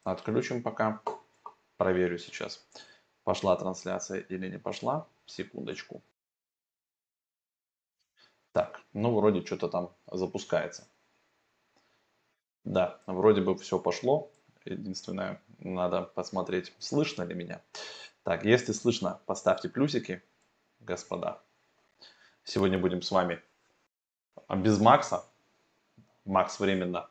Отключим пока. Проверю сейчас, пошла трансляция или не пошла. Секундочку. Так, ну вроде что-то там запускается. Да, вроде бы все пошло. Единственное, надо посмотреть, слышно ли меня. Так, если слышно, поставьте плюсики, господа. Сегодня будем с вами без Макса. Макс временно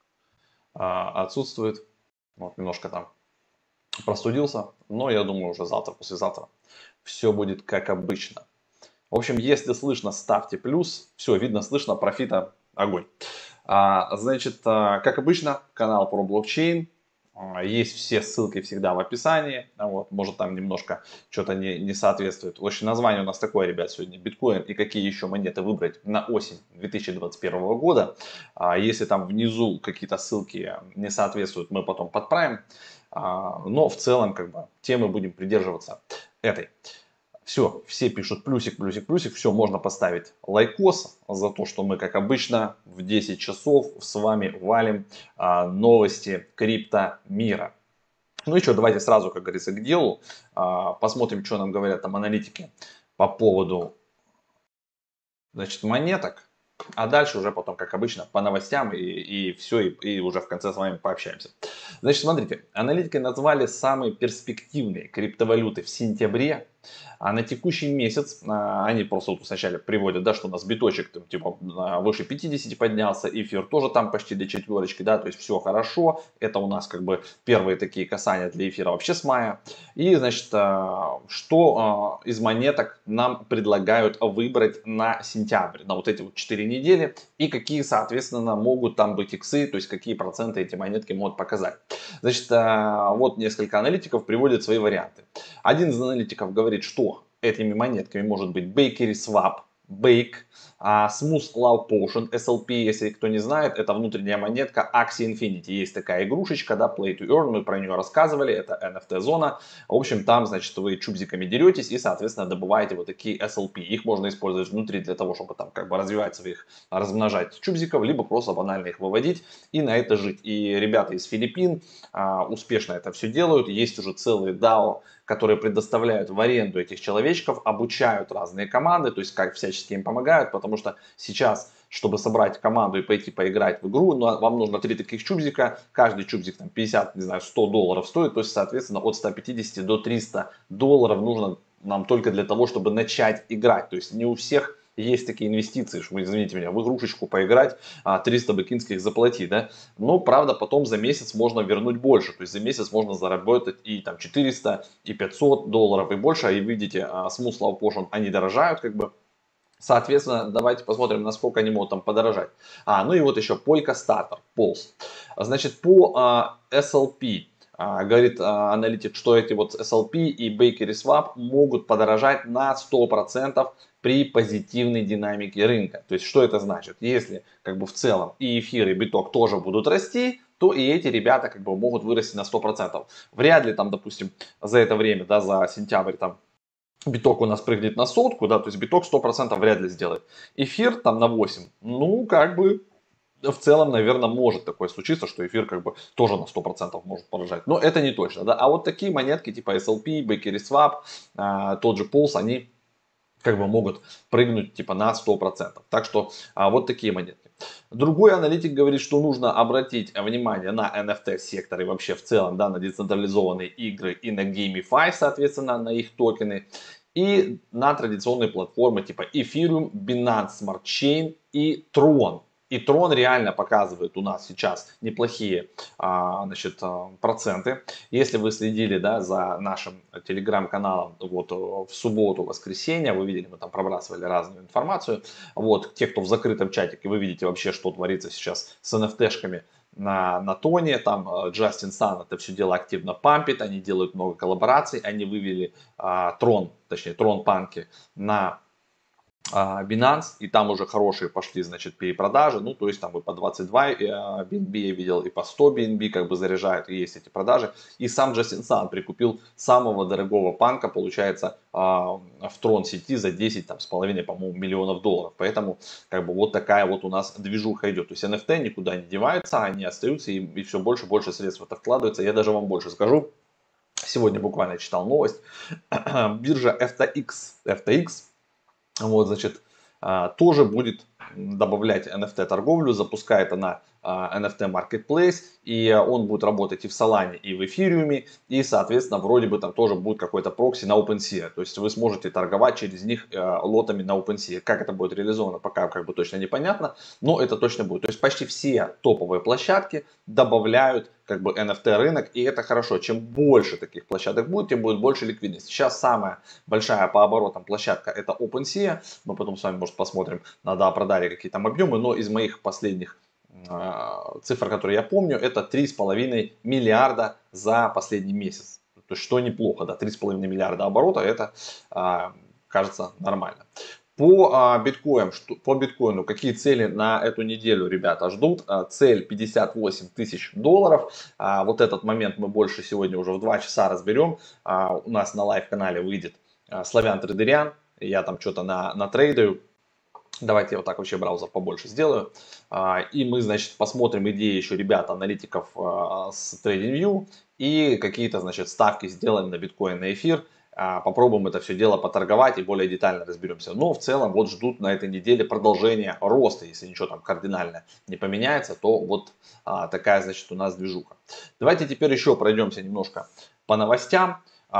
отсутствует. Вот, немножко там простудился. Но я думаю, уже завтра, послезавтра все будет как обычно. В общем, если слышно, ставьте плюс. Все, видно, слышно, профита огонь. Значит, как обычно, канал про блокчейн. Есть все ссылки всегда в описании. Вот, может там немножко что-то не соответствует. В общем, название у нас такое, ребят, сегодня биткоин и какие еще монеты выбрать на осень 2021 года. Если там внизу какие-то ссылки не соответствуют, мы потом подправим. Но в целом, как бы, темы будем придерживаться этой. Все пишут плюсик, плюсик, плюсик. Все, можно поставить лайкос за то, что мы, как обычно, в 10 часов с вами валим новости криптомира. Ну и что, давайте сразу, как говорится, к делу. Посмотрим, что нам говорят там аналитики по поводу, значит, монеток. А дальше уже потом, как обычно, по новостям и все, и уже в конце с вами пообщаемся. Значит, смотрите, аналитики назвали самые перспективные криптовалюты в сентябре. А на текущий месяц они просто вот вначале приводят, да, что у нас биточек там, типа выше 50 поднялся, эфир тоже там почти до четверочки, да, то есть все хорошо. Это у нас как бы первые такие касания для эфира вообще с мая. И, значит, что из монеток нам предлагают выбрать на сентябрь, на вот эти вот 4 недели, и какие, соответственно, могут там быть иксы, то есть какие проценты эти монетки могут показать. Значит, вот несколько аналитиков приводят свои варианты. Один из аналитиков говорит, что этими монетками может быть Bakery Swap, Bake, Smooth Love Potion, SLP, если кто не знает, это внутренняя монетка Axie Infinity. Есть такая игрушечка, да, Play to Earn, мы про нее рассказывали, это NFT-зона. В общем, там, значит, вы чубзиками деретесь и, соответственно, добываете вот такие SLP. Их можно использовать внутри для того, чтобы там как бы развивать своих, размножать чубзиков, либо просто банально их выводить и на это жить. И ребята из Филиппин успешно это все делают. Есть уже целые DAO, которые предоставляют в аренду этих человечков, обучают разные команды, то есть как всячески им помогают, потому что сейчас, чтобы собрать команду и пойти поиграть в игру, ну, вам нужно 3 таких чубзика, каждый чубзик там 50, не знаю, $100 стоит, то есть, соответственно, от 150 до $300 нужно нам только для того, чтобы начать играть, то есть не у всех есть такие инвестиции, что, извините меня, в игрушечку поиграть, 300 бакинских заплатить, да. Но, правда, потом за месяц можно вернуть больше. То есть за месяц можно заработать и там 400, и $500, и больше. И видите, Smooth Love Potion, они дорожают, как бы. Соответственно, давайте посмотрим, насколько они могут там подорожать. Ну и вот еще Polka Starter, Pulse. Значит, по SLP, говорит аналитик, что эти вот SLP и Bakery Swap могут подорожать на 100% при позитивной динамике рынка. То есть, что это значит? Если как бы в целом и эфир, и биток тоже будут расти, то и эти ребята как бы могут вырасти на 100%. Вряд ли там, допустим, за это время, да, за сентябрь там биток у нас прыгнет на сотку, да, то есть биток 100% вряд ли сделает. Эфир там на 8, ну, как бы, в целом, наверное, может такое случиться, что эфир как бы тоже на 100% может поражать. Но это не точно, да. А вот такие монетки типа SLP, Bakery Swap, тот же Pulse, они как бы могут прыгнуть типа на 100%. Так что вот такие монетки. Другой аналитик говорит, что нужно обратить внимание на NFT сектор и вообще в целом, да, на децентрализованные игры и на GameFi, соответственно, на их токены. И на традиционные платформы типа Ethereum, Binance Smart Chain и Tron. И Tron реально показывает у нас сейчас неплохие значит, проценты. Если вы следили, да, за нашим телеграм-каналом вот, в субботу, воскресенье, вы видели, мы там пробрасывали разную информацию. Вот, те, кто в закрытом чатике, вы видите вообще, что творится сейчас с NFT-шками на Тоне. Там Джастин Сан это все дело активно пампит, они делают много коллабораций, они вывели Трон, точнее Трон Панки на Binance, и там уже хорошие пошли, значит, перепродажи, ну, то есть там и по 22 BNB я видел, и по 100 BNB как бы заряжают, и есть эти продажи. И сам Джастин Сан прикупил самого дорогого панка, получается, в Tron сети за 10, там, с половиной, по-моему, миллионов долларов. Поэтому, как бы, вот такая вот у нас движуха идет. То есть NFT никуда не деваются, они остаются, и все больше и больше средств в это вкладывается. Я даже вам больше скажу, сегодня буквально читал новость, биржа FTX, вот, значит, тоже будет добавлять NFT торговлю, запускает она NFT Marketplace, и он будет работать и в Solana, и в эфириуме, и, соответственно, вроде бы там тоже будет какой-то прокси на OpenSea, то есть вы сможете торговать через них лотами на OpenSea. Как это будет реализовано, пока как бы точно непонятно, но это точно будет. То есть почти все топовые площадки добавляют как бы NFT рынок, и это хорошо. Чем больше таких площадок будет, тем будет больше ликвидности. Сейчас самая большая по оборотам площадка это OpenSea. Мы потом с вами, может, посмотрим, продали какие там объемы, но из моих последних цифр, которые я помню, это 3,5 миллиарда за последний месяц. То есть, что неплохо, да, 3,5 миллиарда оборота, это кажется нормально. По биткоину, какие цели на эту неделю ребята ждут? Цель 58 тысяч долларов. Вот этот момент мы больше сегодня уже в 2 часа разберем. У нас на лайв-канале выйдет Славян Трейдерян. Я там что-то натрейдаю. Давайте я вот так вообще браузер побольше сделаю. И мы, значит, посмотрим идеи еще ребят, аналитиков с TradingView. И какие-то, значит, ставки сделаем на биткоин, на эфир. Попробуем это все дело поторговать и более детально разберемся. Но в целом вот ждут на этой неделе продолжения роста. Если ничего там кардинально не поменяется, то вот такая, значит, у нас движуха. Давайте теперь еще пройдемся немножко по новостям.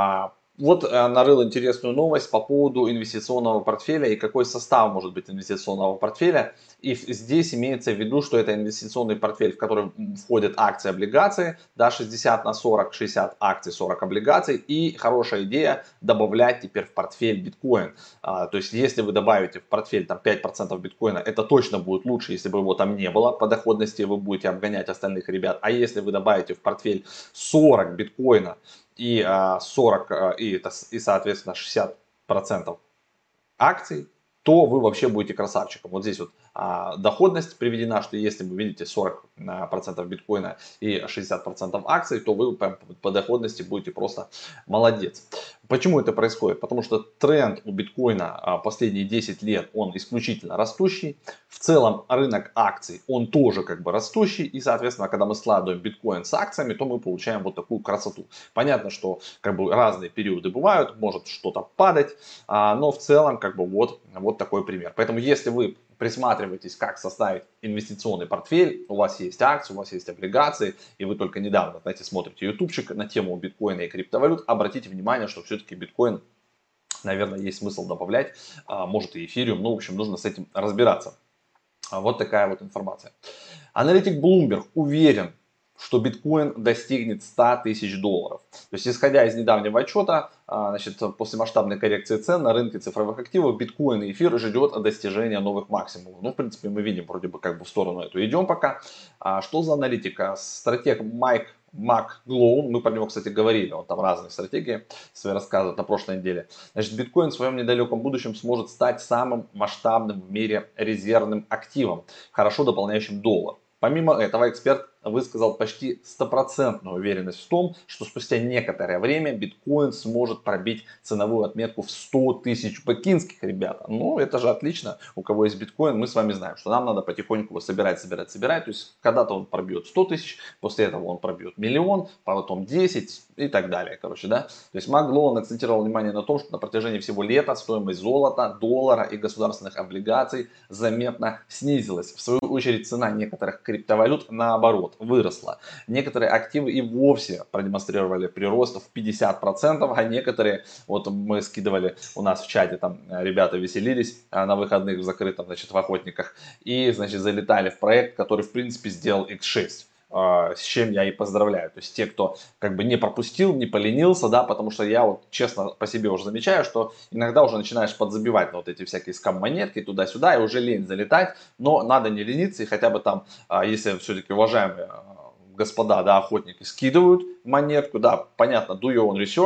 Вот нарыл интересную новость по поводу инвестиционного портфеля и какой состав может быть инвестиционного портфеля. И здесь имеется в виду, что это инвестиционный портфель, в который входят акции, облигации, да, 60 на 40, 60 акций, 40 облигаций. И хорошая идея добавлять теперь в портфель биткоин. То есть, если вы добавите в портфель там 5% биткоина, это точно будет лучше, если бы его там не было. По доходности вы будете обгонять остальных ребят. А если вы добавите в портфель 40 биткоина, и 40, и соответственно 60% акций, то вы вообще будете красавчиком. Вот здесь вот доходность приведена, что если вы видите 40% биткоина и 60% акций, то вы по доходности будете просто молодец. Почему это происходит? Потому что тренд у биткоина последние 10 лет, он исключительно растущий. В целом рынок акций, он тоже как бы растущий. И, соответственно, когда мы складываем биткоин с акциями, то мы получаем вот такую красоту. Понятно, что как бы разные периоды бывают, может что-то падать, но в целом как бы вот такой пример. Поэтому если вы присматриваетесь, как составить инвестиционный портфель, у вас есть акции, у вас есть облигации, и вы только недавно, знаете, смотрите ютубчик на тему биткоина и криптовалют, обратите внимание, что все-таки биткоин, наверное, есть смысл добавлять, может и эфириум, ну, в общем, нужно с этим разбираться. Вот такая вот информация. Аналитик Bloomberg уверен, что биткоин достигнет 100 тысяч долларов. То есть, исходя из недавнего отчета, значит, после масштабной коррекции цен на рынке цифровых активов, биткоин и эфир ждет достижения новых максимумов. Ну, в принципе, мы видим, вроде бы как бы в сторону эту идем пока. Что за аналитика? Стратег Макглоун, мы про него, кстати, говорили, он там разные стратегии свои рассказывает на прошлой неделе. Значит, биткоин в своем недалеком будущем сможет стать самым масштабным в мире резервным активом, хорошо дополняющим доллар. Помимо этого, эксперт высказал почти стопроцентную уверенность в том, что спустя некоторое время биткоин сможет пробить ценовую отметку в 100 тысяч бакинских, ребята. Ну, это же отлично. У кого есть биткоин, мы с вами знаем, что нам надо потихоньку его собирать. То есть, когда-то он пробьет 100 тысяч, после этого он пробьет миллион, потом 10 и так далее, короче, да. То есть, Маглоун акцентировал внимание на том, что на протяжении всего лета стоимость золота, доллара и государственных облигаций заметно снизилась. В свою очередь, цена некоторых криптовалют, наоборот, выросла. Некоторые активы и вовсе продемонстрировали прирост в 50%, а некоторые, вот мы скидывали у нас в чате, там ребята веселились на выходных в закрытом, значит, в охотниках, и, значит, залетали в проект, который, в принципе, сделал X6. С чем я и поздравляю. То есть те, кто как бы не пропустил, не поленился, да, потому что я вот честно по себе уже замечаю, что иногда уже начинаешь подзабивать на вот эти всякие скам-монетки туда-сюда, и уже лень залетать, но надо не лениться, и хотя бы там, если все-таки уважаемые господа, да, охотники скидывают монетку, да, понятно, do your own research,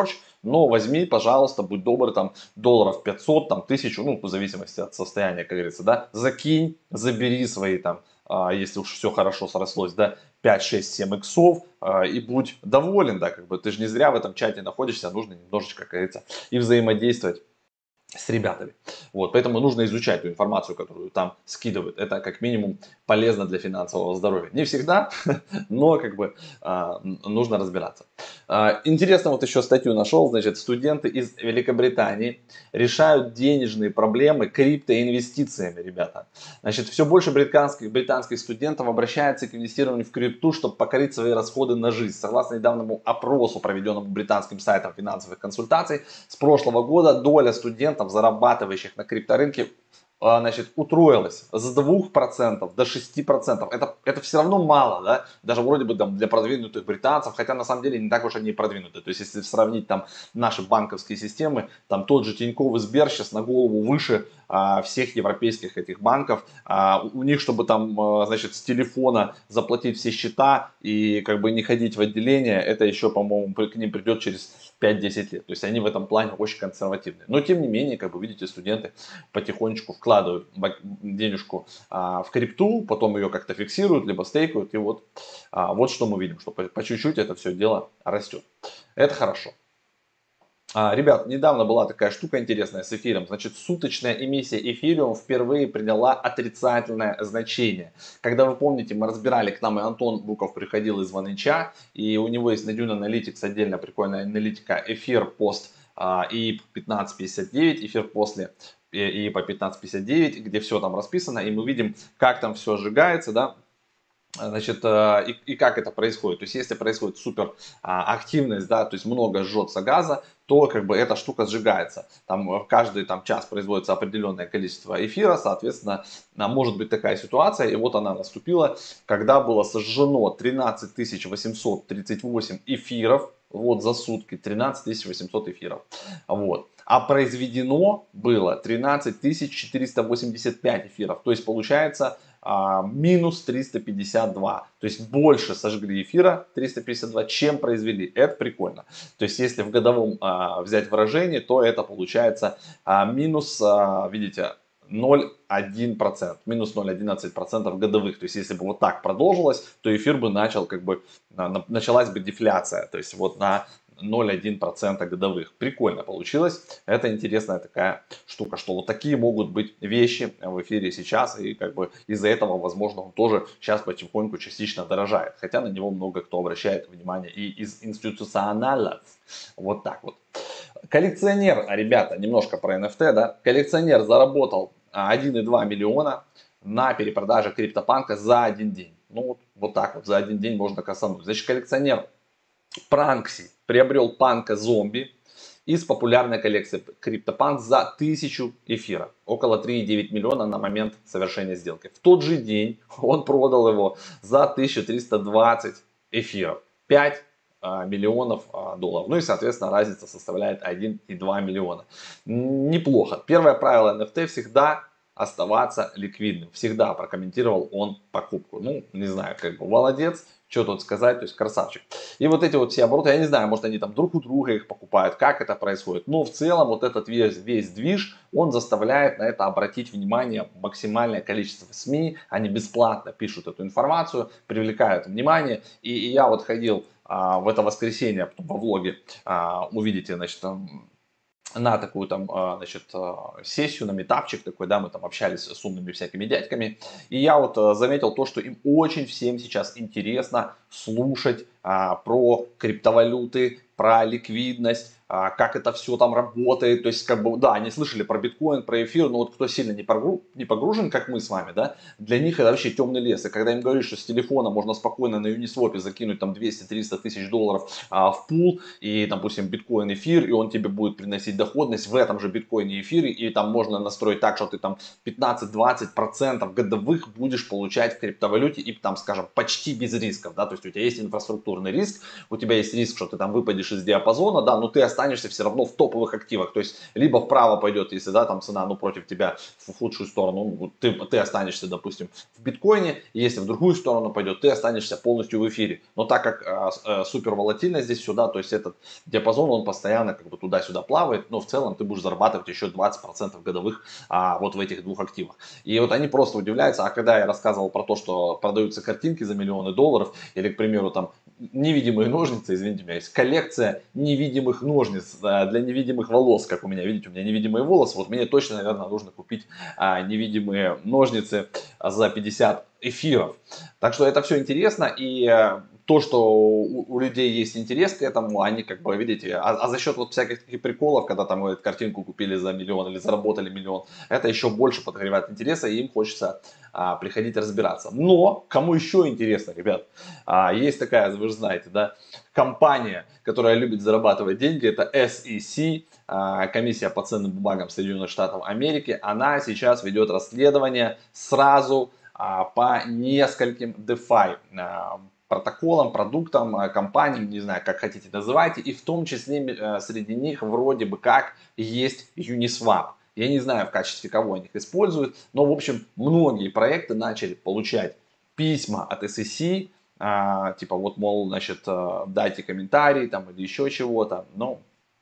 но возьми, пожалуйста, будь добр, там, долларов 500, там, 1000, ну, в зависимости от состояния, как говорится, да, закинь, забери свои там, если уж все хорошо срослось, да, 5, 6, 7 иксов, и будь доволен, да, как бы, ты же не зря в этом чате находишься, нужно немножечко, как говорится, и взаимодействовать с ребятами. Вот, поэтому нужно изучать ту информацию, которую там скидывают. Это как минимум полезно для финансового здоровья. Не всегда, но как бы нужно разбираться. Интересно, вот еще статью нашел, значит, студенты из Великобритании решают денежные проблемы криптоинвестициями, ребята. Значит, все больше британских студентов обращаются к инвестированию в крипту, чтобы покорить свои расходы на жизнь. Согласно недавнему опросу, проведенному британским сайтом финансовых консультаций, с прошлого года доля студентов, зарабатывающих на крипторынке, значит, утроилась с 2% до 6%. Это все равно мало, да, даже вроде бы там, для продвинутых британцев, хотя на самом деле не так уж они и продвинуты. То есть, если сравнить там наши банковские системы, там тот же Тинькофф и Сбер сейчас на голову выше всех европейских этих банков. У них, чтобы там, значит, с телефона заплатить все счета и как бы не ходить в отделение, это еще, по-моему, к ним придет через 5-10 лет. То есть они в этом плане очень консервативные. Но тем не менее, как вы видите, студенты потихонечку вкладывают денежку в крипту, потом ее как-то фиксируют, либо стейкают. И вот, вот что мы видим, что по чуть-чуть это все дело растет. Это хорошо. Ребят, недавно была такая штука интересная с эфиром. Значит, суточная эмиссия эфириум впервые приняла отрицательное значение. Когда вы помните, мы разбирали, к нам и Антон Буков приходил из OneInch, и у него есть на Dune Analytics отдельно прикольная аналитика эфир пост и 15.59, эфир после и по 15.59, где все там расписано, и мы видим, как там все сжигается, да. Значит, и как это происходит? То есть, если происходит супер активность, да, то есть много жжется газа, то как бы эта штука сжигается. Там каждый там, час производится определенное количество эфира, соответственно, может быть такая ситуация, и вот она наступила, когда было сожжено 13 838 эфиров, вот за сутки 13 800 эфиров. Вот. А произведено было 13 485 эфиров. То есть получается минус 352. То есть больше сожгли эфира 352, чем произвели. Это прикольно. То есть если в годовом взять выражение, то это получается минус, видите, 0,1%, минус 0,11% годовых. То есть если бы вот так продолжилось, то эфир бы начал как бы, началась бы дефляция. То есть вот на 0,1% годовых. Прикольно получилось. Это интересная такая штука, что вот такие могут быть вещи в эфире сейчас. И как бы из-за этого, возможно, он тоже сейчас потихоньку частично дорожает. Хотя на него много кто обращает внимание и из институционалов. Вот так вот. Коллекционер, ребята, немножко про NFT, да. Коллекционер заработал 1,2 миллиона на перепродаже криптопанка за один день. Ну вот так вот за один день можно косануть. Значит, коллекционер Пранкси приобрел панка зомби из популярной коллекции CryptoPunk за 1000 эфира. Около 3,9 миллиона на момент совершения сделки. В тот же день он продал его за 1320 эфиров. 5 миллионов долларов. Ну и, соответственно, разница составляет 1,2 миллиона. Неплохо. Первое правило NFT всегда оставаться ликвидным. Всегда прокомментировал он покупку. Ну, не знаю, как бы молодец. Что тут сказать, то есть красавчик. И вот эти вот все обороты, я не знаю, может они там друг у друга их покупают, как это происходит. Но в целом вот этот весь движ, он заставляет на это обратить внимание максимальное количество СМИ. Они бесплатно пишут эту информацию, привлекают внимание. И я вот ходил в это воскресенье, потом во влоге увидите, значит, на такую там, значит, сессию, на метапчик такой, да, мы там общались с умными всякими дядьками, и я вот заметил то, что им очень всем сейчас интересно слушать про криптовалюты, про ликвидность, как это все там работает, то есть, как бы, да, они слышали про биткоин, про эфир, но вот кто сильно не погружен, как мы с вами, да, для них это вообще темный лес, и когда им говоришь, что с телефона можно спокойно на Uniswap закинуть там 200-300 тысяч долларов в пул, и, допустим, биткоин, эфир, и он тебе будет приносить доходность в этом же биткоине, эфире, и там можно настроить так, что ты там 15-20% годовых будешь получать в криптовалюте, и там, скажем, почти без рисков, да, то есть у тебя есть инфраструктура. структурный риск, у тебя есть риск, что ты там выпадешь из диапазона, да, но ты останешься все равно в топовых активах, то есть либо вправо пойдет, если, да, там цена, ну, против тебя в худшую сторону, ну, ты останешься, допустим, в биткоине, если в другую сторону пойдет, ты останешься полностью в эфире. Но так как супер волатильно здесь сюда, то есть этот диапазон, он постоянно как бы туда-сюда плавает, но в целом ты будешь зарабатывать еще 20% годовых вот в этих двух активах. И вот они просто удивляются, а когда я рассказывал про то, что продаются картинки за миллионы долларов, или, к примеру, там невидимые ножницы, извините меня, есть коллекция невидимых ножниц для невидимых волос, как у меня, видите, у меня невидимые волосы, вот мне точно, наверное, нужно купить невидимые ножницы за 50 эфиров. Так что это все интересно, и то, что у людей есть интерес к этому, они как бы, видите, за счет вот всяких таких приколов, когда там говорят, картинку купили за миллион или заработали миллион, это еще больше подогревает интереса, и им хочется приходить разбираться. Но кому еще интересно, ребят, есть такая, вы же знаете, да, компания, которая любит зарабатывать деньги, это SEC, комиссия по ценным бумагам Соединенных Штатов Америки, она сейчас ведет расследование сразу по нескольким DeFi протоколам, продуктам, компаниям, не знаю, как хотите называйте, и в том числе среди них вроде бы как есть Uniswap. Я не знаю, в качестве кого они их используют, но, в общем, многие проекты начали получать письма от SEC, типа вот, мол, значит, дайте комментарий там или еще чего-то. Ну,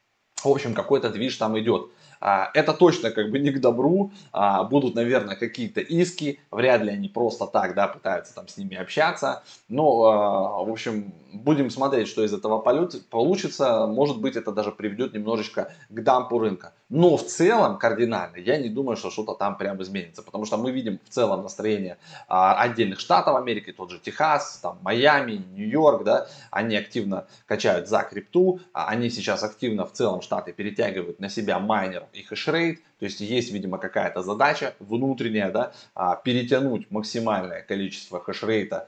в общем, какой-то движ там идет. Это точно как бы не к добру, будут, наверное, какие-то иски, вряд ли они просто так, да, пытаются там с ними общаться, но, в общем, будем смотреть, что из этого получится, может быть, это даже приведет немножечко к дампу рынка, но в целом кардинально я не думаю, что что-то там прям изменится, потому что мы видим в целом настроение отдельных штатов Америки, тот же Техас, там, Майами, Нью-Йорк, да, они активно качают за крипту, они сейчас активно в целом штаты перетягивают на себя майнеров и хешрейт, то есть есть, видимо, какая-то задача внутренняя, да, перетянуть максимальное количество хешрейта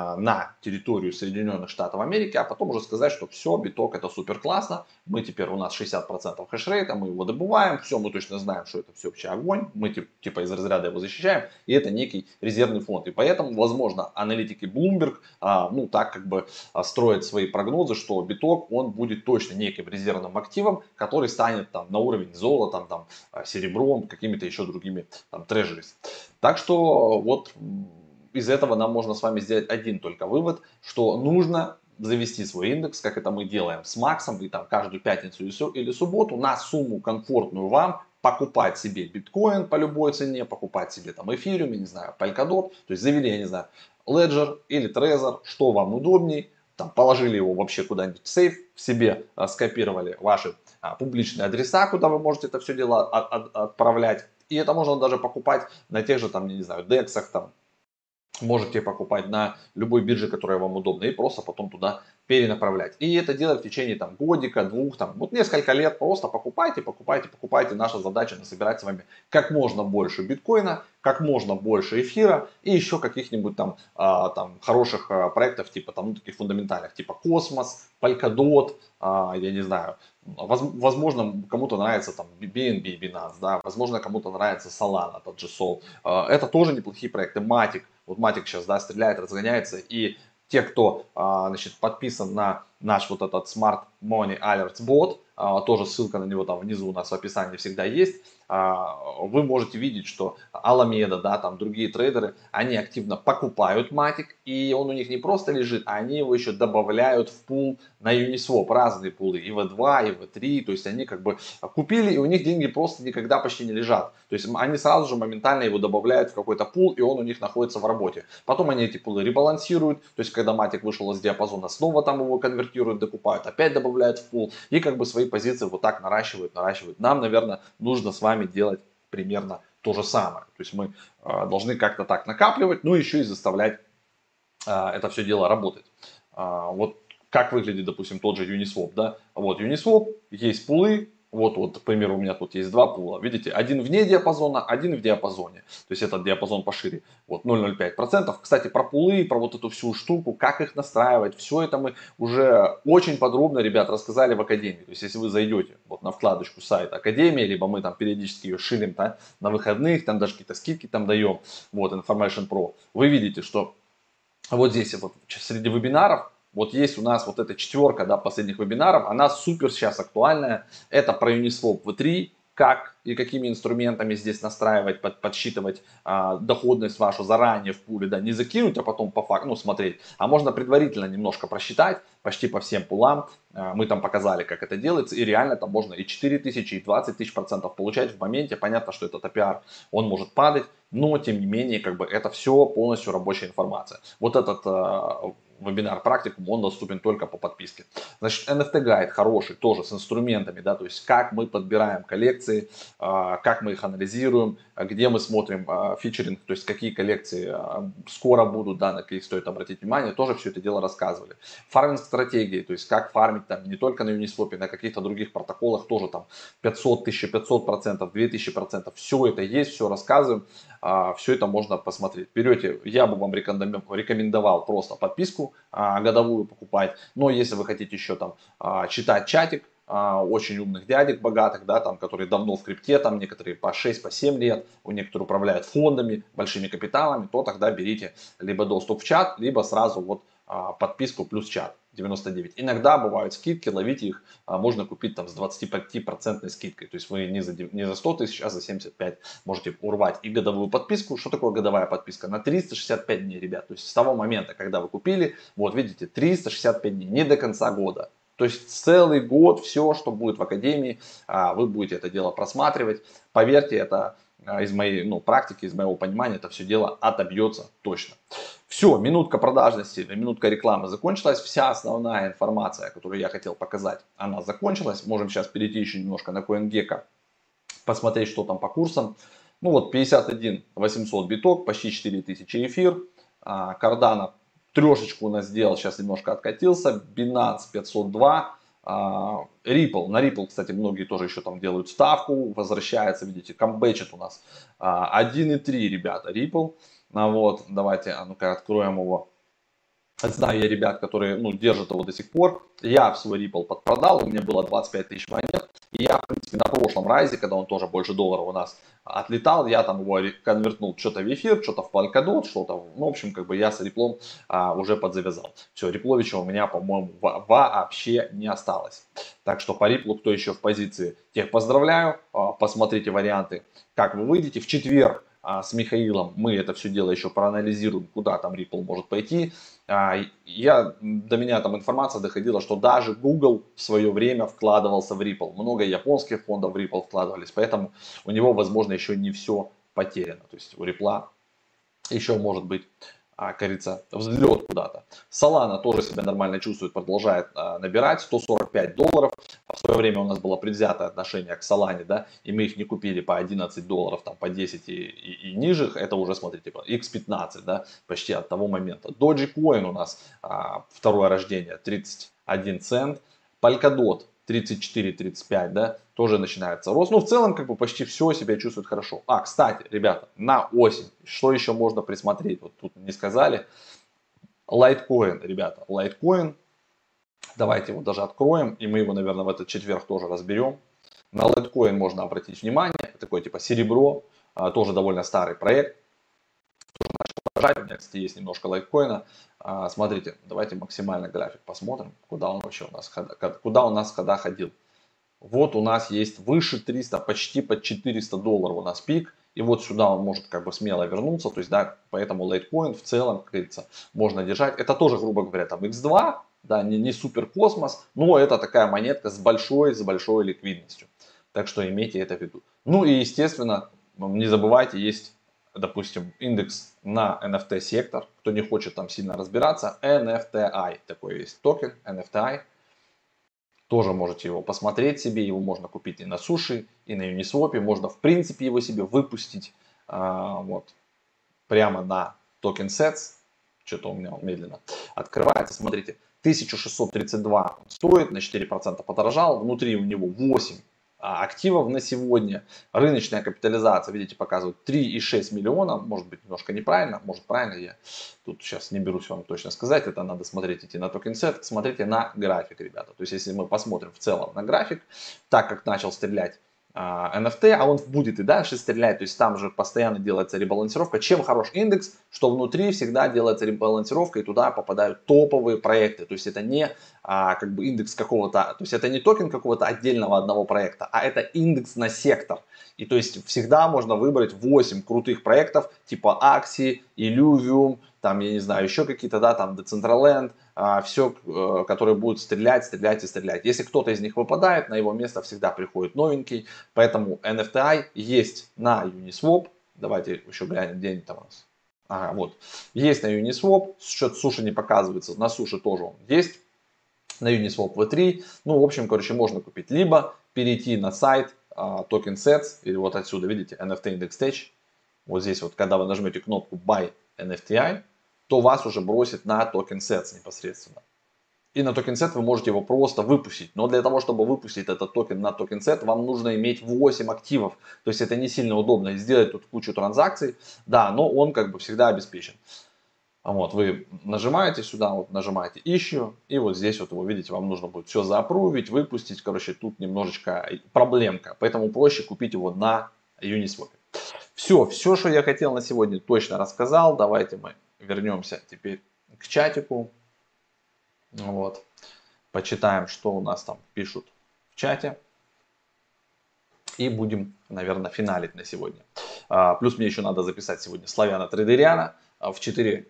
на территорию Соединенных Штатов Америки, а потом уже сказать, что все, биток это супер классно, мы теперь, у нас 60% хешрейта, мы его добываем, все, мы точно знаем, что это все вообще огонь, мы типа из разряда его защищаем, и это некий резервный фонд. И поэтому, возможно, аналитики Bloomberg, ну так как бы строят свои прогнозы, что биток, он будет точно неким резервным активом, который станет там на уровень золотом, там, серебром, какими-то еще другими там трежерис. Так что вот из этого нам можно с вами сделать один только вывод, что нужно завести свой индекс, как это мы делаем с Максом, и там каждую пятницу или субботу на сумму комфортную вам покупать себе биткоин по любой цене, покупать себе там эфириум, я не знаю, Polkadot, то есть завели, я не знаю, Ledger или Trezor, что вам удобней, там, положили его вообще куда-нибудь в сейф, себе скопировали ваши публичные адреса, куда вы можете это все дело отправлять. И это можно даже покупать на тех же, там, не знаю, дексах, там, можете покупать на любой бирже, которая вам удобна, и просто потом туда перенаправлять. И это делать в течение там, годика, двух, там, вот несколько лет. Просто покупайте, покупайте, покупайте. Наша задача насобирать с вами как можно больше биткоина, как можно больше эфира и еще каких-нибудь там хороших проектов, типа там, ну, таких фундаментальных, типа Космос, Polkadot, я не знаю. Возможно, кому-то нравится там BNB, Binance, да, возможно, кому-то нравится Solana, тот же Sol. Это тоже неплохие проекты. Matic, вот Matic сейчас, да, стреляет, разгоняется, и те, кто, значит, подписан на наш вот этот Smart Money Alerts бот, тоже ссылка на него там внизу у нас в описании всегда есть, вы можете видеть, что Alameda, да, там другие трейдеры, они активно покупают Matic, и он у них не просто лежит, а они его еще добавляют в пул на Uniswap, разные пулы, и V2, и V3, то есть они как бы купили, и у них деньги просто никогда почти не лежат. То есть они сразу же моментально его добавляют в какой-то пул, и он у них находится в работе. Потом они эти пулы ребалансируют, то есть когда Matic вышел из диапазона, снова там его конвертируют, докупают, опять добавляют в пул, и как бы свои позиции вот так наращивают. Нам, наверное, нужно с вами делать примерно то же самое. То есть мы должны как-то так накапливать, ну еще и заставлять это все дело работать. Вот как выглядит, допустим, тот же Uniswap, да? Вот Uniswap, есть пулы, вот, к примеру, у меня тут есть два пула. Видите, один вне диапазона, один в диапазоне. То есть этот диапазон пошире. Вот 0,05%. Кстати, про пулы, про вот эту всю штуку, как их настраивать, все это мы уже очень подробно, ребят, рассказали в Академии. То есть, если вы зайдете вот на вкладочку сайта Академии, либо мы там периодически ее шилим, да, на выходных, там даже какие-то скидки там даем, вот, Information Pro, вы видите, что вот здесь вот среди вебинаров Вот есть у нас вот эта четверка, да, последних вебинаров, она супер сейчас актуальная. Это про Uniswap V3, как и какими инструментами здесь настраивать, подсчитывать доходность вашу заранее в пуле, да, не закинуть, а потом по факту, ну, смотреть, а можно предварительно немножко просчитать, почти по всем пулам, мы там показали, как это делается, и реально там можно и 4000, и 20 тысяч процентов получать в моменте, понятно, что этот APR, он может падать, но тем не менее, как бы это все полностью рабочая информация. Вот этот вебинар практикум, он доступен только по подписке. Значит, NFT гайд хороший, тоже с инструментами, да, то есть как мы подбираем коллекции, как мы их анализируем, где мы смотрим фичеринг, то есть какие коллекции скоро будут, да, на какие стоит обратить внимание, тоже все это дело рассказывали. Фарминг стратегии, то есть как фармить там не только на Uniswap, на каких-то других протоколах, тоже там 500, 1500%, 2000%, все это есть, все рассказываем, все это можно посмотреть. Берете, я бы вам рекомендовал просто подписку годовую покупать, но если вы хотите еще там читать чатик, очень умных дядек богатых, да, там, которые давно в крипте, там некоторые по 6, по 7 лет, у некоторых управляют фондами, большими капиталами, то тогда берите либо доступ в чат, либо сразу вот подписку плюс чат 99. Иногда бывают скидки, ловите их, можно купить там с 25% скидкой, то есть вы не за 100 тысяч, а за 75 можете урвать и годовую подписку. Что такое годовая подписка? На 365 дней, ребят, то есть с того момента, когда вы купили, вот видите, 365 дней, не до конца года. То есть целый год все, что будет в академии, вы будете это дело просматривать. Поверьте, это из моей практики, из моего понимания, это все дело отобьется точно. Все, минутка продажности, минутка рекламы закончилась. Вся основная информация, которую я хотел показать, она закончилась. Можем сейчас перейти еще немножко на CoinGecko, посмотреть, что там по курсам. Ну вот 51 800 биток, почти 4000 эфир. Cardano трешечку у нас сделал, сейчас немножко откатился. Binance 502. Ripple, на Ripple, кстати, многие тоже еще там делают ставку, возвращается, видите, камбэчит у нас 1,3, ребята, Ripple. Вот, давайте, ну-ка, откроем его. Знаю я ребят, которые, держат его до сих пор. Я в свой Ripple подпродал, у меня было 25 тысяч монет. И я, в принципе, на прошлом райзе, когда он тоже больше доллара у нас отлетал, я там его конвертнул что-то в эфир, что-то в Polkadot, что-то, в общем, как бы я с Ripple уже подзавязал. Все, Рипловича у меня, по-моему, вообще не осталось. Так что по Ripple, кто еще в позиции, тех поздравляю. Посмотрите варианты, как вы выйдете. В четверг с Михаилом мы это все дело еще проанализируем, куда там Ripple может пойти. До меня там информация доходила, что даже Google в свое время вкладывался в Ripple. Много японских фондов в Ripple вкладывались, поэтому у него, возможно, еще не все потеряно. То есть у Ripple еще может быть, как говорится, взлет куда-то. Solana тоже себя нормально чувствует, продолжает набирать $145. В свое время у нас было предвзятое отношение к Solana, да, и мы их не купили по $11, там, по 10 и ниже. Это уже, смотрите, X15, да, почти от того момента. Dogecoin у нас второе рождение, 31 цент. Polkadot 34-35, да, тоже начинается рост. Ну, в целом, как бы почти все себя чувствует хорошо. Кстати, ребята, на осень, что еще можно присмотреть? Вот тут не сказали. Litecoin, ребята, Litecoin. Давайте его даже откроем, и мы его, наверное, в этот четверг тоже разберем. На Litecoin можно обратить внимание. Такое типа серебро, тоже довольно старый проект. У меня, кстати, есть немножко лайткоина. Смотрите, давайте максимально график посмотрим, куда он вообще у нас когда ходил. Вот у нас есть выше 300, почти под $400 у нас пик. И вот сюда он может как бы смело вернуться. То есть, да, поэтому лайткоин в целом, как говорится, можно держать. Это тоже, грубо говоря, там X2, да, не супер космос, но это такая монетка с большой ликвидностью. Так что имейте это в виду. Ну и, естественно, не забывайте, есть, допустим, индекс на NFT сектор. Кто не хочет там сильно разбираться, NFTI. Такой есть токен, NFTI. Тоже можете его посмотреть себе, его можно купить и на суши, и на Uniswap, можно в принципе его себе выпустить вот, прямо на токен Sets. Что-то у меня он медленно открывается, смотрите, 1632 стоит, на 4% подорожал, внутри у него 8 активов на сегодня, рыночная капитализация, видите, показывает 3,6 миллиона, может быть немножко неправильно, может правильно, я тут сейчас не берусь вам точно сказать, это надо смотреть, идти на токен сет, смотрите на график, ребята, то есть если мы посмотрим в целом на график, так как начал стрелять NFT, а он будет и дальше стрелять, то есть там же постоянно делается ребалансировка. Чем хорош индекс, что внутри всегда делается ребалансировка и туда попадают топовые проекты, то есть это не как бы индекс какого-то, то есть это не токен какого-то отдельного одного проекта, а это индекс на сектор. И то есть всегда можно выбрать 8 крутых проектов типа Axie, Illuvium, там, я не знаю, еще какие-то, да, там, Decentraland, все, которые будут стрелять, стрелять и стрелять. Если кто-то из них выпадает, на его место всегда приходит новенький, поэтому NFTI есть на Uniswap. Давайте еще глянем, где они там у нас. Ага, вот. Есть на Uniswap, счет суши не показывается, на суши тоже он есть. На Uniswap V3. Ну, в общем, короче, можно купить. Либо перейти на сайт Token Sets, или вот отсюда, видите, NFT Index Tech. Вот здесь вот, когда вы нажмете кнопку Buy NFTI, то вас уже бросит на Token Sets непосредственно. И на токен сет вы можете его просто выпустить. Но для того, чтобы выпустить этот токен на токен сет, вам нужно иметь 8 активов. То есть это не сильно удобно. И сделать тут кучу транзакций, да, но он как бы всегда обеспечен. Вот, вы нажимаете сюда, вот нажимаете Issue, и вот здесь вот вы видите, вам нужно будет все заапрувить, выпустить. Короче, тут немножечко проблемка. Поэтому проще купить его на Uniswap. Все, что я хотел на сегодня, точно рассказал. Давайте мы вернемся теперь к чатику. Вот. Почитаем, что у нас там пишут в чате. И будем, наверное, финалить на сегодня. Плюс мне еще надо записать сегодня Славяна Трейдериана. В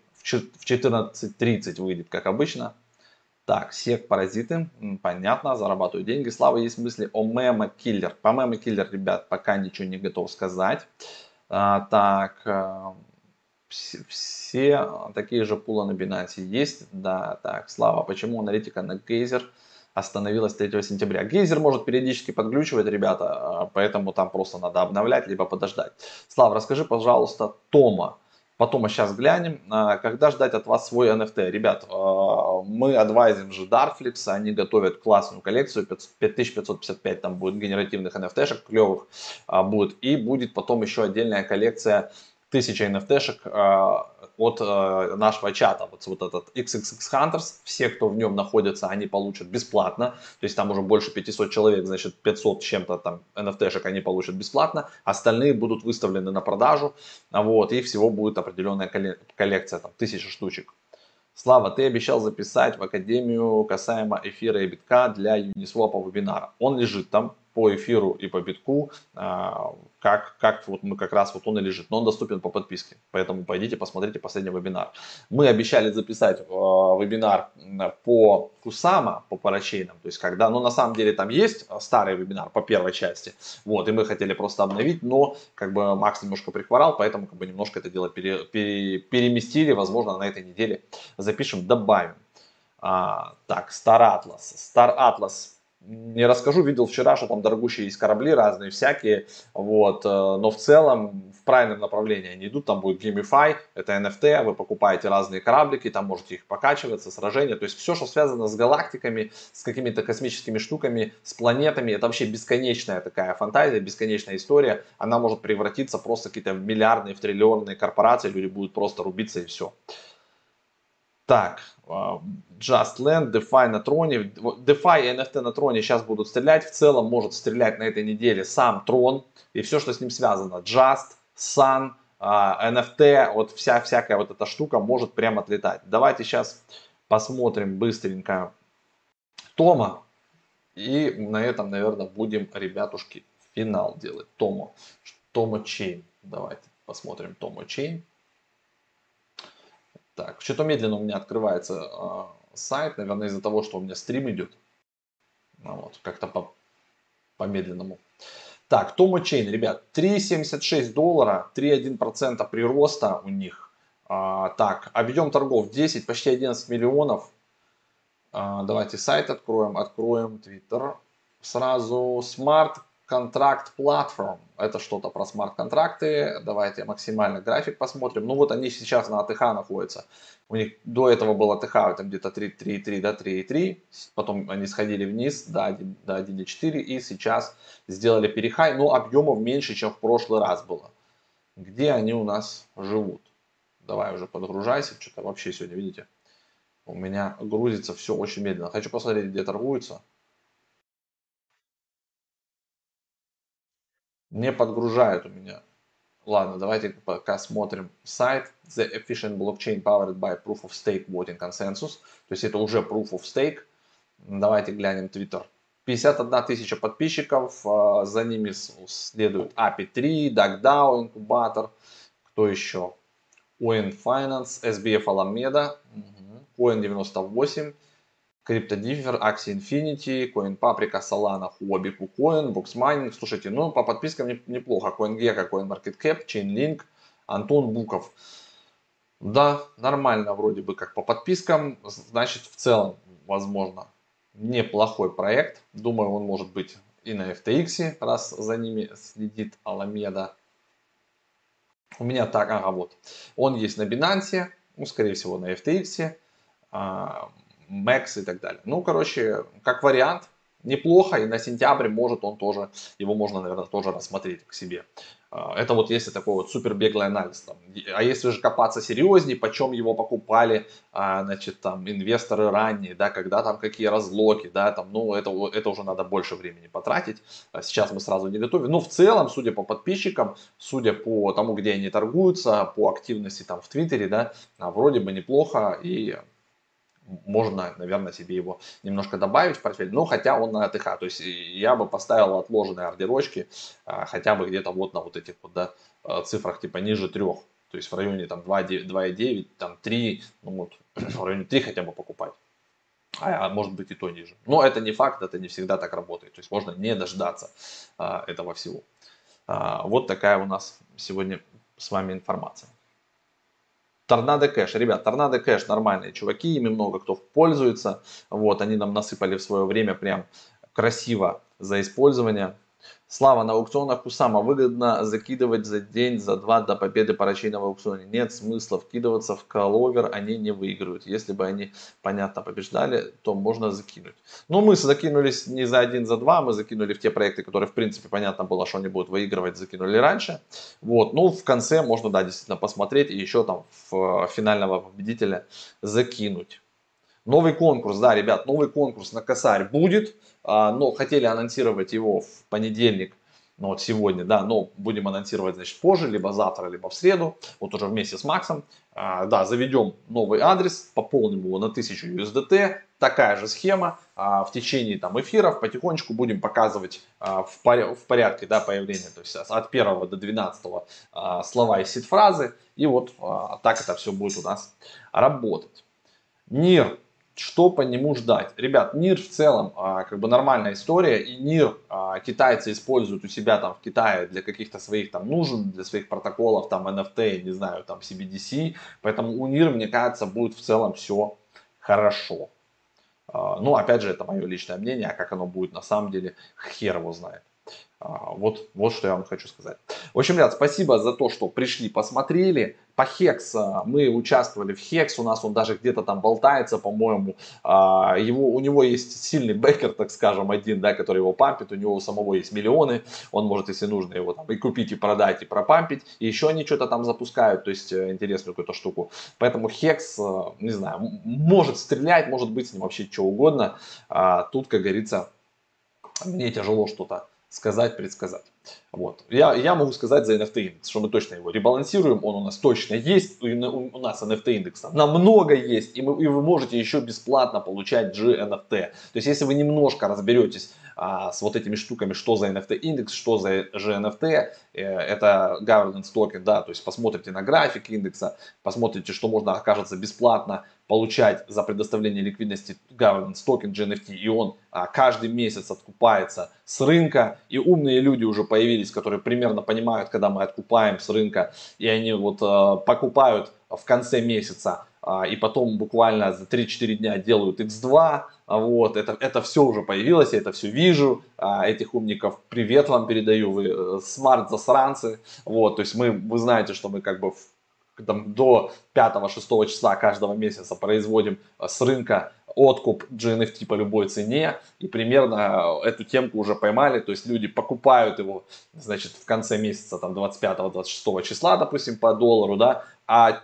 14:30 выйдет, как обычно. Так, сек паразиты. Понятно, зарабатываю деньги. Слава, есть мысли о Мемо Киллер. По Мемо Киллер, ребят, пока ничего не готов сказать. Так, все такие же пулы на Binance есть. Да, так, Слава, почему аналитика на Гейзер остановилась 3 сентября? Гейзер может периодически подглючивать, ребята, поэтому там просто надо обновлять, либо подождать. Слава, расскажи, пожалуйста, Тома. Потом сейчас глянем, когда ждать от вас свой NFT. Ребят, мы адвайзим же Darflix, они готовят классную коллекцию, 5555 там будет генеративных NFT-шек клевых будет. И будет потом еще отдельная коллекция 1000 NFT-шек от нашего чата. Вот этот XXX Hunters, все, кто в нем находится, они получат бесплатно. То есть там уже больше 500 человек, значит 500 чем-то там NFT-шек они получат бесплатно. Остальные будут выставлены на продажу. Вот, и всего будет определенная коллекция, там 1000 штучек. Слава, ты обещал записать в Академию касаемо эфира и битка для Uniswap вебинара. Он лежит там по эфиру и по битку, как вот мы как раз вот он и лежит, но он доступен по подписке, поэтому пойдите посмотрите последний вебинар. Мы обещали записать вебинар по Кусама, по парачейнам, то есть когда, ну на самом деле там есть старый вебинар по первой части, вот, и мы хотели просто обновить, но как бы Макс немножко прихворал, поэтому как бы немножко это дело переместили, возможно на этой неделе запишем, добавим. Так, Star Atlas. Star Atlas. Не расскажу, видел вчера, что там дорогущие есть корабли разные, всякие, вот, но в целом в правильном направлении они идут, там будет Gamify, это NFT, вы покупаете разные кораблики, там можете их покачиваться, сражения, то есть все, что связано с галактиками, с какими-то космическими штуками, с планетами, это вообще бесконечная такая фантазия, бесконечная история, она может превратиться просто в какие-то миллиардные, в триллионные корпорации, люди будут просто рубиться и все. Так, Just Land, DeFi на троне. DeFi и NFT на троне сейчас будут стрелять. В целом может стрелять на этой неделе сам трон и все, что с ним связано. Just, Sun, NFT, вот всякая вот эта штука может прям отлетать. Давайте сейчас посмотрим быстренько Тома. И на этом, наверное, будем, ребятушки, финал делать. Томо Чейн. Давайте посмотрим Томо Чейн. Так, что-то медленно у меня открывается сайт, наверное, из-за того, что у меня стрим идет. Ну, вот, как-то по-медленному. Так, Томо Чейн, ребят, $3,76, 3,1% прироста у них. Так, объем торгов 10, почти 11 миллионов. Давайте сайт откроем Twitter. Сразу Smart Contract Platform. Это что-то про смарт-контракты. Давайте максимально график посмотрим. Ну вот они сейчас на АТХ находятся. У них до этого было АТХ там где-то 3,3, да, 3,3. Потом они сходили вниз до 1,4 и сейчас сделали перехай. Но объемов меньше, чем в прошлый раз было. Где они у нас живут? Давай уже подгружайся. Что-то вообще сегодня, видите? У меня грузится все очень медленно. Хочу посмотреть, где торгуются. Не подгружает у меня. Ладно, давайте пока смотрим сайт. The efficient blockchain powered by proof of stake voting consensus. То есть это уже proof of stake. Давайте глянем Twitter. 51 тысяча подписчиков. За ними следует API 3, DuckDAO, инкубатор. Кто еще? Coin Finance, SBF Alameda, Coin 98, CryptoDiffer, Axie Infinity, Coin Paprika, Solana, Huobi, KuCoin, Boxmining. Слушайте, ну по подпискам неплохо. CoinGecko, CoinMarketCap, Chainlink, Антон Буков. Да, нормально вроде бы как по подпискам. Значит, в целом, возможно, неплохой проект. Думаю, он может быть и на FTX, раз за ними следит Alameda. У меня так, ага, вот. Он есть на Binance, ну, скорее всего, на FTX, Max и так далее. Ну, короче, как вариант, неплохо, и на сентябрь может он тоже, его можно, наверное, тоже рассмотреть к себе. Это вот если такой вот супер беглый анализ. Там. А если же копаться серьезнее, почем его покупали, значит, там, инвесторы ранние, да, когда там какие разлоки, да, там, ну, это уже надо больше времени потратить. Сейчас мы сразу не готовы. Но в целом, судя по подписчикам, судя по тому, где они торгуются, по активности там в Твиттере, да, вроде бы неплохо, и можно, наверное, себе его немножко добавить в портфель, но хотя он на АТХ, то есть я бы поставил отложенные ордерочки хотя бы где-то вот на вот этих вот, да, цифрах типа ниже 3, то есть в районе там 2,9, там 3, ну вот в районе 3 хотя бы покупать. А может быть и то ниже. Но это не факт, это не всегда так работает. То есть можно не дождаться этого всего. Вот такая у нас сегодня с вами информация. Торнадо Кэш. Ребят, Торнадо Кэш нормальные чуваки, ими много кто пользуется. Вот, они нам насыпали в свое время прям красиво за использование. Слава, на аукционах Кусама выгодно закидывать за день, за два до победы парачейна в аукционе. Нет смысла вкидываться в колловер, они не выиграют. Если бы они, понятно, побеждали, то можно закинуть. Но мы закинулись не за один, за два, мы закинули в те проекты, которые, в принципе, понятно было, что они будут выигрывать, закинули раньше. Вот, ну, в конце можно, да, действительно посмотреть и еще там в финального победителя закинуть. Новый конкурс, да, ребят, новый конкурс на косарь будет, но хотели анонсировать его в понедельник, ну вот сегодня, да, но будем анонсировать, значит, позже, либо завтра, либо в среду, вот уже вместе с Максом, да, заведем новый адрес, пополним его на 1000 USDT, такая же схема, в течение там эфиров потихонечку будем показывать в порядке, да, появления, то есть от 1 до 12 слова и сид-фразы, и вот так это все будет у нас работать. НИР. Что по нему ждать? Ребят, НИР в целом как бы нормальная история. И НИР китайцы используют у себя там в Китае для каких-то своих там нужен, для своих протоколов, там NFT, не знаю, там CBDC. Поэтому у НИР, мне кажется, будет в целом все хорошо. Ну, опять же, это мое личное мнение, а как оно будет на самом деле, хер его знает. Вот что я вам хочу сказать. В общем, ребят, спасибо за то, что пришли, посмотрели. По Хекс мы участвовали в Хекс, у нас он даже где-то там болтается, по-моему. У него есть сильный бэкер, так скажем, один, да, который его пампит, у него у самого есть миллионы, он может, если нужно, его там и купить, и продать, и пропампить. И еще они что-то там запускают, то есть интересную какую-то штуку. Поэтому Хекс, не знаю, может стрелять, может быть с ним вообще что угодно. Тут, как говорится, мне тяжело что-то сказать, предсказать. Вот. Я могу сказать за NFT индекс, что мы точно его ребалансируем, он у нас точно есть, у нас NFT индекс намного есть, и вы можете еще бесплатно получать GNFT. То есть, если вы немножко разберетесь с вот этими штуками, что за NFT индекс, что за GNFT, это governance токен, да, то есть посмотрите на график индекса, посмотрите, что можно, окажется, бесплатно получать за предоставление ликвидности governance токен GNFT, и он каждый месяц откупается с рынка, и умные люди уже появились, которые примерно понимают, когда мы откупаем с рынка, и они вот покупают в конце месяца, и потом буквально за 3-4 дня делают X2, вот, это все уже появилось, я это все вижу, этих умников привет вам передаю, вы смарт-засранцы, вот, то есть вы знаете, что мы как бы там, до 5-6 числа каждого месяца производим с рынка откуп GNFT по любой цене, и примерно эту темку уже поймали, то есть люди покупают его, значит, в конце месяца, там, 25-26 числа, допустим, по доллару, да, а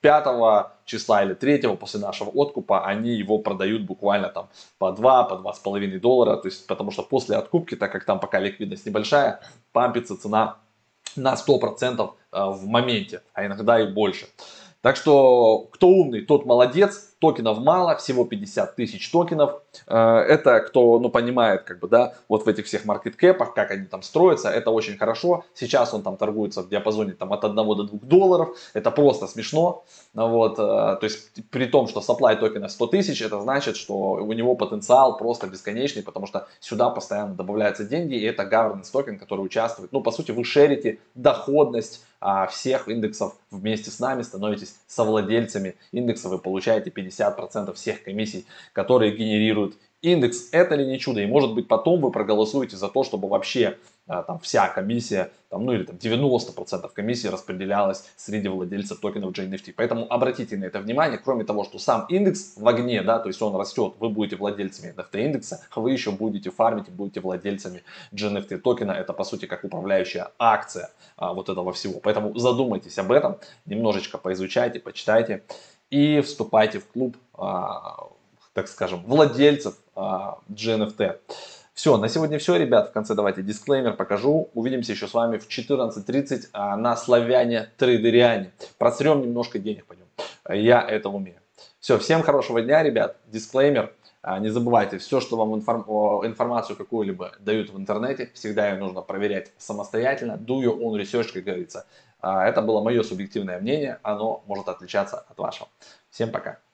5 числа или 3 после нашего откупа, они его продают буквально там по 2, по $2,5. То есть, потому что после откупки, так как там пока ликвидность небольшая, пампится цена на 100% в моменте, а иногда и больше. Так что, кто умный, тот молодец. Токенов мало, всего 50 тысяч токенов. Это кто, ну, понимает, как бы, да, вот в этих всех маркеткэпах, как они там строятся, это очень хорошо. Сейчас он там торгуется в диапазоне там от $1 до $2. Это просто смешно. Вот, то есть, при том, что supply токена 100 тысяч, это значит, что у него потенциал просто бесконечный, потому что сюда постоянно добавляются деньги, и это governance токен, который участвует. Ну, по сути, вы шерите доходность всех индексов вместе с нами, становитесь совладельцами индексов и получаете 50% всех комиссий, которые генерирует индекс. Это ли не чудо? И может быть потом вы проголосуете за то, чтобы вообще там вся комиссия, там, ну или там 90% комиссии распределялась среди владельцев токенов JNFT. Поэтому обратите на это внимание. Кроме того, что сам индекс в огне, да, то есть он растет, вы будете владельцами NFT индекса, вы еще будете фармить, будете владельцами JNFT токена. Это по сути как управляющая акция вот этого всего. Поэтому задумайтесь об этом, немножечко поизучайте, почитайте и вступайте в клуб, так скажем, владельцев GNFT. Все, на сегодня все, ребят. В конце давайте дисклеймер покажу. Увидимся еще с вами в 14:30 на Славяне Трейдериане. Просрем немножко денег по нему. Я это умею. Все, всем хорошего дня, ребят. Дисклеймер. Не забывайте, все, что вам информацию какую-либо дают в интернете, всегда ее нужно проверять самостоятельно. Do your own research, как говорится. Это было мое субъективное мнение. Оно может отличаться от вашего. Всем пока.